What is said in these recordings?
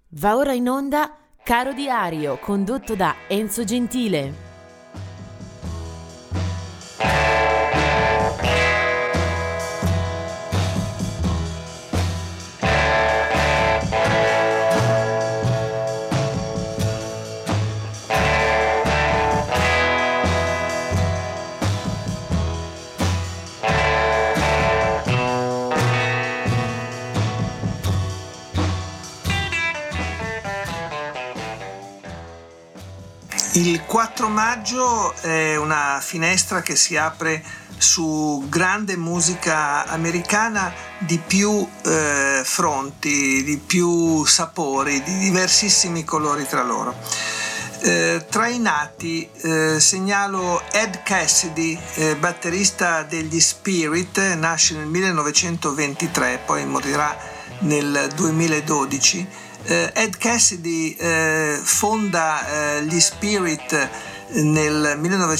Va ora in onda Caro Diario, condotto da Enzo Gentile. Il 4 maggio è una finestra che si apre su grande musica americana di più fronti, di più sapori, di diversissimi colori tra loro. Tra i nati segnalo Ed Cassidy, batterista degli Spirit, nasce nel 1923, poi morirà nel 2012. Ed Cassidy fonda gli Spirit nel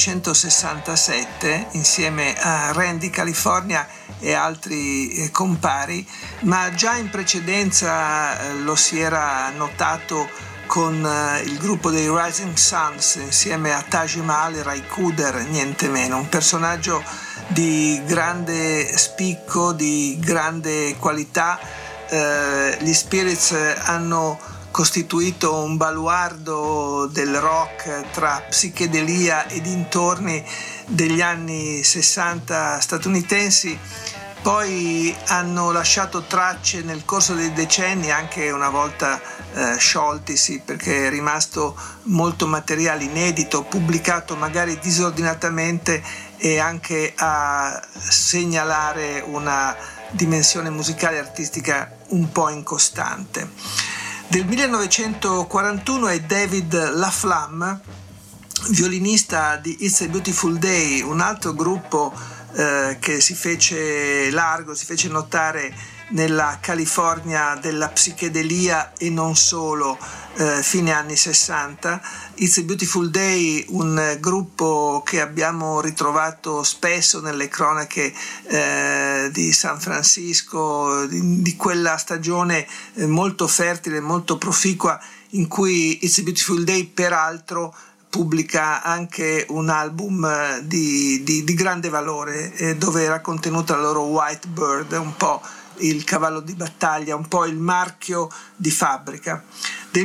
1967 insieme a Randy California e altri compari, ma già in precedenza lo si era notato con il gruppo dei Rising Suns insieme a Taj Mahal e Ray Cooder, niente meno, un personaggio di grande spicco, di grande qualità. Gli Spirits hanno costituito un baluardo del rock tra psichedelia e dintorni degli anni 60 statunitensi, poi hanno lasciato tracce nel corso dei decenni, anche una volta scioltisi, perché è rimasto molto materiale inedito, pubblicato magari disordinatamente e anche a segnalare una dimensione musicale e artistica un po' incostante. Del 1941 è David LaFlamme, violinista di It's a Beautiful Day, un altro gruppo che si fece largo, si fece notare nella California della psichedelia e non solo, fine anni 60. It's a Beautiful Day, un gruppo che abbiamo ritrovato spesso nelle cronache di San Francisco, di quella stagione molto fertile, molto proficua, in cui It's a Beautiful Day peraltro pubblica anche un album di grande valore, dove era contenuta la loro White Bird, un po' il cavallo di battaglia, un po' il marchio di fabbrica. Del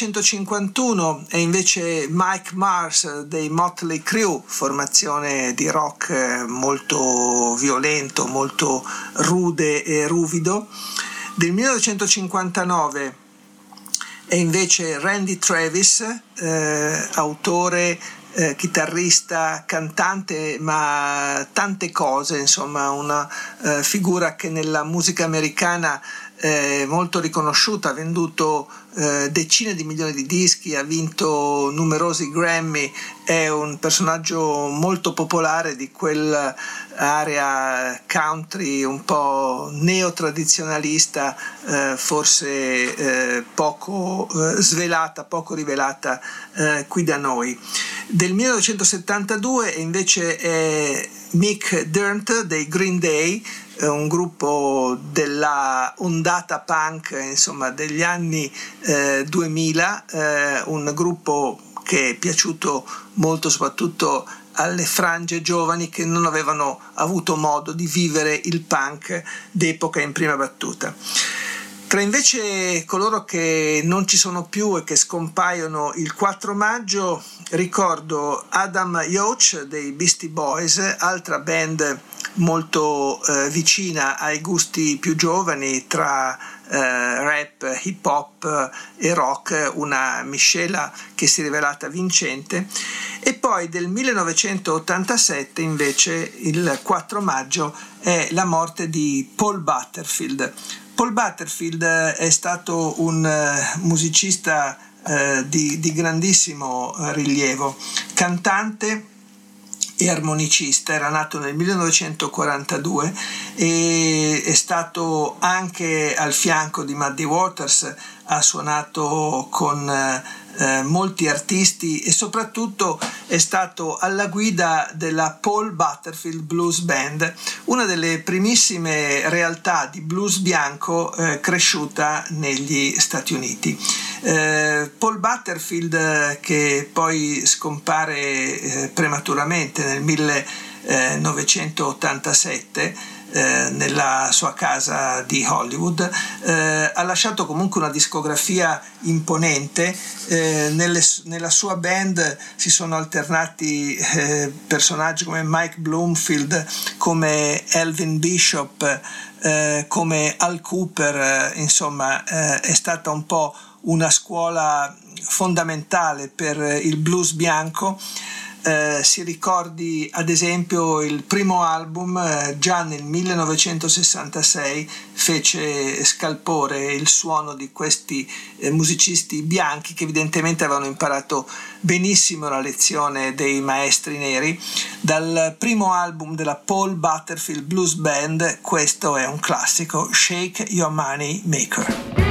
1951 è invece Mike Mars dei Motley Crue, formazione di rock molto violento, molto rude e ruvido. Del 1959 è invece Randy Travis, autore, chitarrista, cantante, ma tante cose, insomma una figura che nella musica americana è molto riconosciuta, ha venduto decine di milioni di dischi, ha vinto numerosi Grammy, è un personaggio molto popolare di quell'area country un po' neotradizionalista, forse poco svelata, poco rivelata qui da noi. Del 1972 invece è Mick Dirnt dei Green Day, un gruppo della ondata punk, insomma, degli anni 2000, un gruppo che è piaciuto molto soprattutto alle frange giovani che non avevano avuto modo di vivere il punk d'epoca in prima battuta. Tra invece coloro che non ci sono più e che scompaiono il 4 maggio, ricordo Adam Yauch dei Beastie Boys, altra band molto vicina ai gusti più giovani tra rap, hip hop e rock, una miscela che si è rivelata vincente. E poi del 1987 invece il 4 maggio è la morte di Paul Butterfield. Paul Butterfield è stato un musicista di grandissimo rilievo, cantante e armonicista, era nato nel 1942 e è stato anche al fianco di Muddy Waters, ha suonato con molti artisti e soprattutto è stato alla guida della Paul Butterfield Blues Band, una delle primissime realtà di blues bianco cresciuta negli Stati Uniti. Paul Butterfield, che poi scompare prematuramente nel 1987 nella sua casa di Hollywood, ha lasciato comunque una discografia imponente. Nella sua band si sono alternati personaggi come Mike Bloomfield, come Elvin Bishop, come Al Cooper. Insomma, è stata un po' una scuola fondamentale per il blues bianco. Si ricordi ad esempio il primo album, già nel 1966 fece scalpore il suono di questi musicisti bianchi che evidentemente avevano imparato benissimo la lezione dei maestri neri. Dal primo album della Paul Butterfield Blues Band questo è un classico, Shake Your Money Maker.